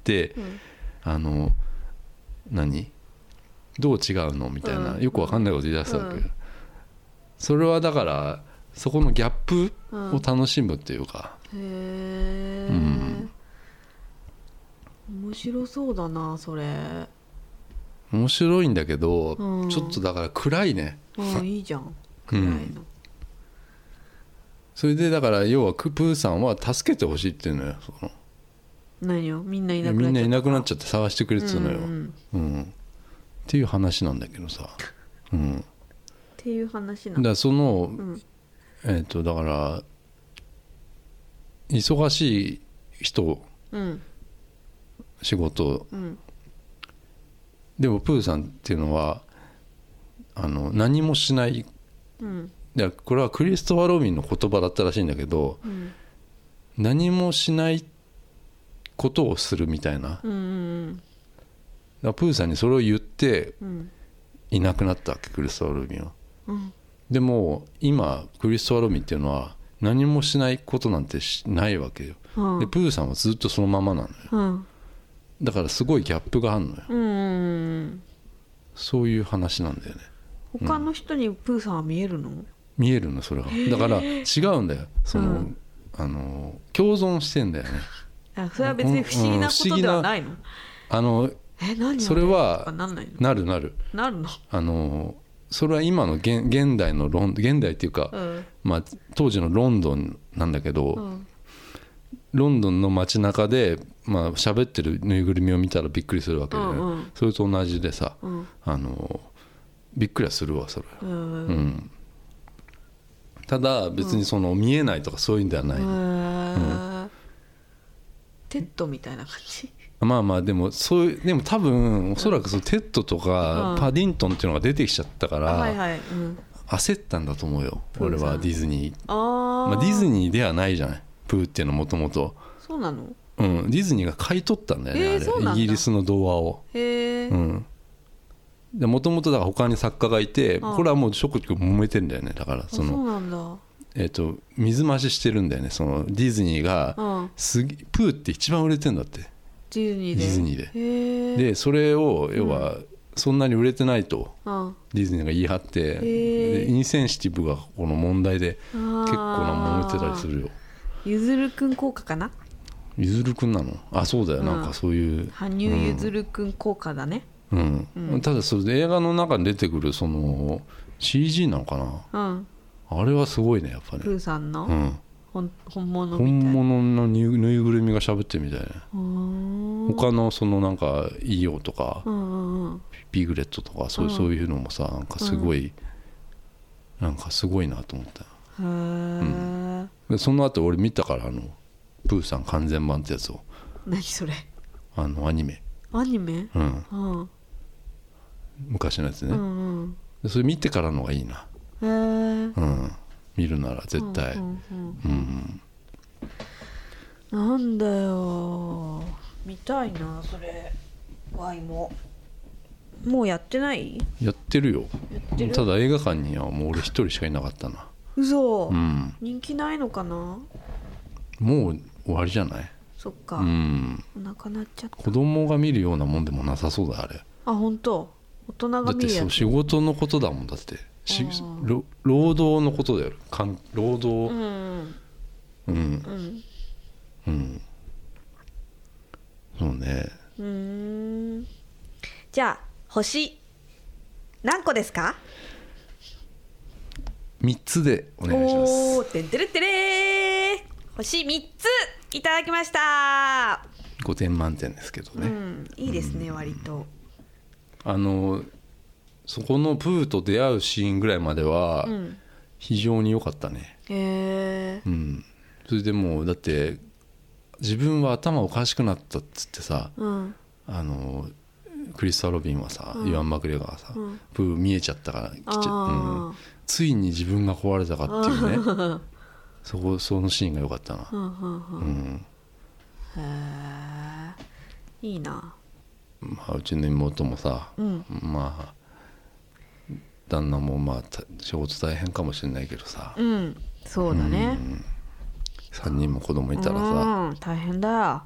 何どう違うのみたいな、よくわかんないこと言い出したわけ、それはだからそこのギャップを楽しむっていうか、 へえ、面白そうだなそれ。 面白いんだけど、ちょっとだから暗いね。 いいじゃん暗いの、 それでだから要はプーさんは助けてほしいっていうのよ、その何よ、みんないなくなっちゃって探してくれてたのよ、っていう話なんだけどさ、 っていう話なんだ。その、だから忙しい人、仕事、でもプーさんっていうのは何もしない、でこれはクリストファー・ロビンの言葉だったらしいんだけど、何もしないことをするみたいな、だからプーさんにそれを言っていなくなったわけ、クリストファー・ロビンは、でも今クリストファー・ロビンっていうのは何もしないことなんてないわけよ、でプーさんはずっとそのままなのよ、だからすごいギャップがあるのよ、そういう話なんだよね。 他の人にプーさんは見えるの？ 見えるの、それが。だから違うんだよ、その、共存してんだよね。 それは別に不思議なことではないの？何それはなるの。それは今の現代の現代っていうか、当時のロンドンなんだけど、ロンドンの街中で喋ってるぬいぐるみを見たらびっくりするわけで、それと同じでさ、びっくりはするわ、それ。ただ別にその見えないとかそういうんではない、 テッドみたいな感じ。 でも多分おそらくそのテッドとかパディントンっていうのが出てきちゃったから、焦ったんだと思うよ、俺は。ディズニー、ディズニーではないじゃない、プーっていうのもともと。 そうなの？ ディズニーが買い取ったんだよね、あれ、イギリスの童話を。もともとだから他に作家がいて、これはもうちょこちょこ揉めてんだよね。だからそうなんだ。 水増ししてるんだよね、そのディズニーが。プーって一番売れてんだって、 ディズニーで。でそれを要はそんなに売れてないと、ディズニーが言い張って、でインセンシティブがこの問題で結構な揉めてたりするよ。 ゆずるくん効果かな。 ゆずるくんなの？あ、そうだよ、なんかそういう羽生ゆずるくん効果だね。 ただそれで映画の中に出てくるその CG なのかな、あれはすごいね、やっぱり。 プーさんの、本物みたいな。 本物のぬいぐるみが喋ってるみたいな。他のそのなんかイオとか、ピグレットとかそういうのもさ、なんかすごい、なんかすごいなと思った。でその後俺見たから、プーさん完全版ってやつを。 何それ？ アニメ。昔のやつね、それ見てからのがいいな。見るなら絶対。 なんだよ、見たいなそれ。ワイもうやってない？ やってるよ。ただ映画館にはもう俺一人しかいなかったな。 嘘。人気ないのかな。 もう終わりじゃない？ そっか、お腹鳴っちゃった。 子供が見るようなもんでもなさそうだ、あれ。 あ、本当。大人が見るやつ。 だってそう仕事のことだもん。だって労働のことだよ。労働。そうね。 じゃあ星何個ですか ？3つでお願いします。 おー、てんてれってれー。星3ついただきました。 5点満点ですけどね、 いいですね、割と。 そこのプーと出会うシーンぐらいまでは非常に良かったね。それでもうだって自分は頭おかしくなったっつってさ、クリスター・ロビンはさ、イワン・マクレガーはさ、プー見えちゃったからついに自分が壊れたかっていうねそのシーンが良かったな。 へえ、いいな。 うちの妹もさ、旦那も仕事大変かもしれないけどさ、 そうだね、 3人も子供いたらさ、 大変だよ。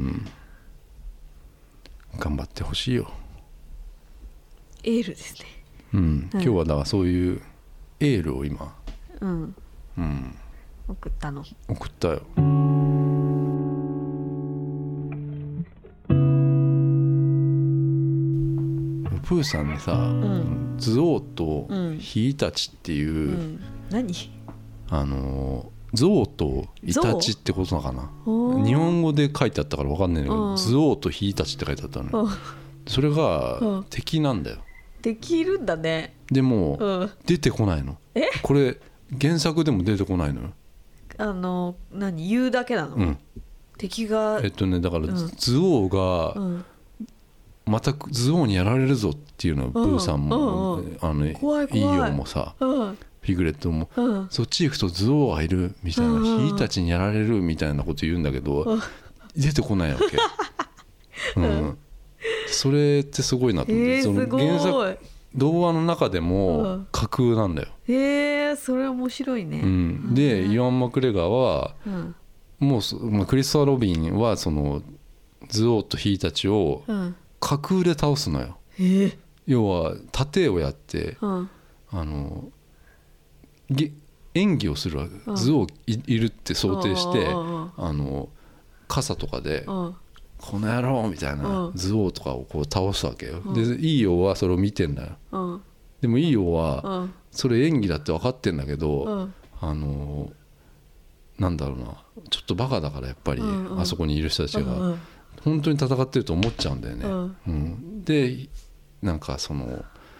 頑張ってほしいよ。 エールですね。 今日はだからそういうエールを今送ったの。 送ったよ。プーさんにさ、ゾウとヒイタチっていう、 何？ 象とイタチってことなのかな。日本語で書いてあったから分かんないんだけど、象とヒイタチって書いてあったのね。それが敵なんだよ。 できるんだね。 でも、出てこないの。これ原作でも出てこないのよ。 言うだけなの、敵がだからズオが、またズオにやられるぞっていうのをブーさんも、 怖い怖い、 イーヨンもさ、ピグレットも、そっち行くとズオがいるみたいな、ヒイタチにやられるみたいなこと言うんだけど、出てこないわけ。それってすごいなと思って、その原作童話の中でも架空なんだよ。 それ面白いね。 でイワン・マクレガーは、もうクリストファー・ロビンはそのズオとヒイタチを架空で倒すのよ。要は盾をやって、演技をするわけ。ズオいるって想定して、傘とかで、この野郎みたいなズオとかをこう倒すわけよ。でイーヨはそれを見てんだよ。でもイーヨはそれ演技だって分かってんだけど、なんだろうな、ちょっとバカだからやっぱり、あそこにいる人たちが本当に戦ってると思っちゃうんだよね。でなんかその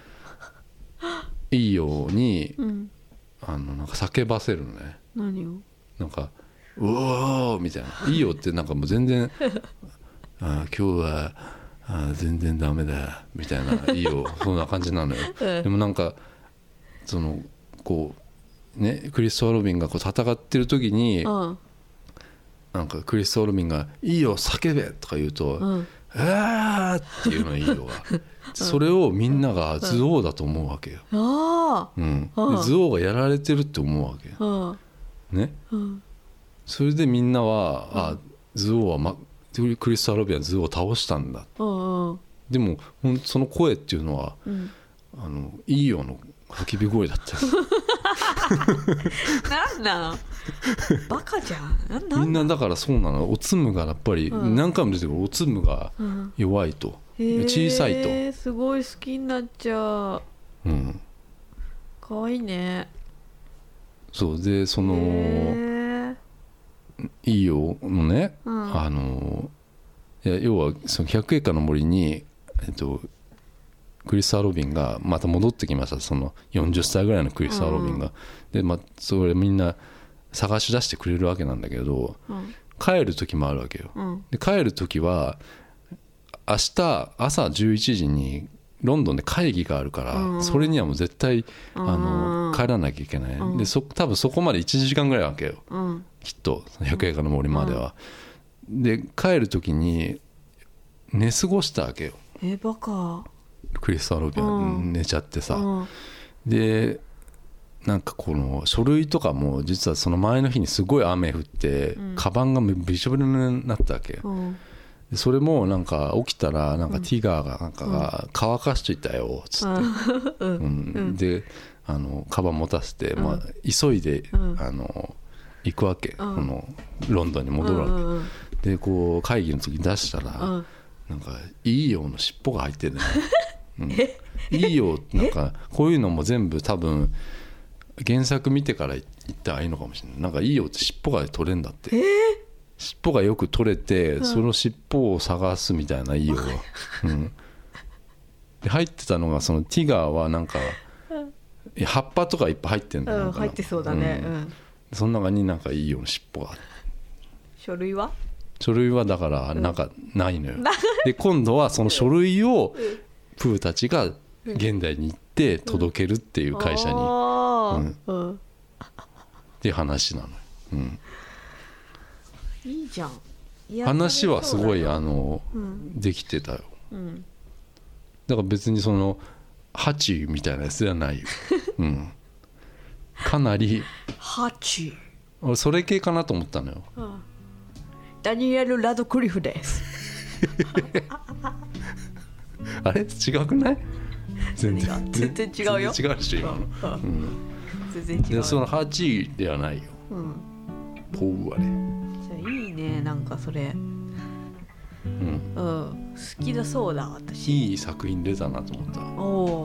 イーヨに、なんか叫ばせるのね。 何を？ なんかうおーみたいな。イーヨってなんかもう全然今日は全然ダメだみたいな、いいよそんな感じなのよ。でもなんかそのこうね、クリストファー・ロビンがこう戦ってる時に、なんかクリストファー・ロビンが「いいよ叫べ!」とか言うと「あー!」っていうのいいよがそれをみんながズオーだと思うわけよ。でズオーがやられてるって思うわけよ。ね。それでみんなはズオーはクリストファー・ロビンはズオーを倒したんだ。でもその声っていうのは、いいよの叫び声だったなんなのバカじゃん。 みんなだからそうなの。おつむがやっぱり何回も出てくる、おつむが弱いと、小さいと、 すごい好きになっちゃう。かわいいね。 そうでそのいいよのね、要はその100エーカーの森に、クリストファー・ロビンがまた戻ってきました。その40歳ぐらいのクリストファー・ロビンが、で、それみんな探し出してくれるわけなんだけど、帰る時もあるわけよ。で帰る時は明日朝11時にロンドンで会議があるから、それにはもう絶対帰らなきゃいけない。で多分そこまで1時間ぐらいわけよ、きっと100エーカーの森までは。で帰る時に寝過ごしたわけよ。 バカ。 クリストファー・ロビンは寝ちゃってさ、でなんかこの書類とかも実はその前の日にすごい雨降って、カバンがびしょびしょになったわけよ。でそれもなんか起きたらなんかティガーがなんかが乾かしといたよっつって、でカバン持たせて、急いで行くわけ、このロンドンに戻るわけで、こう会議の時に出したら、なんかいいよの尻尾が入ってるね。いいよなんかこういうのも全部多分原作見てから言ったらいいのかもしれない。なんかいいよって尻尾が取れんだって。尻尾がよく取れて、その尻尾を探すみたいな、いいよ、で入ってたのがそのティガーはなんか葉っぱとかいっぱい入ってんだよ。 入ってそうだね。 その中になんかいいよの尻尾が。 書類はだからなんかないのよ。で今度はその書類をプーたちが現代に行って届けるっていう会社に、っていう話なのよ。 いいじゃん。 話はすごいできてたよ。だから別にそのハチみたいなやつじゃないよ。かなりハチ、 俺それ系かなと思ったのよ。 ダニエル・ラドクリフですあれ違くない？全然違うよ。 全然違うでしょ今の。 全然違う。 でそのハチではないよ。ポーはね。 じゃあいいね、なんかそれ。 好きだそうだ私。 いい作品出たなと思った。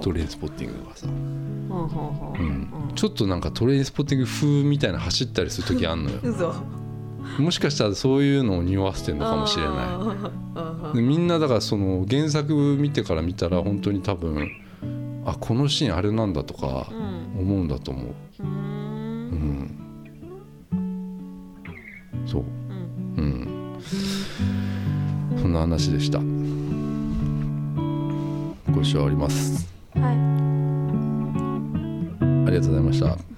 トレインスポッティングがさ、ちょっとなんかトレインスポッティング風みたいな走ったりする時あんのよ。 嘘。 もしかしたらそういうのを匂わせてるのかもしれない。でみんなだからその原作見てから見たら本当に多分このシーンあれなんだとか思うんだと思う。そう、そんな話でした。ご視聴あります。 はい。 ありがとうございました。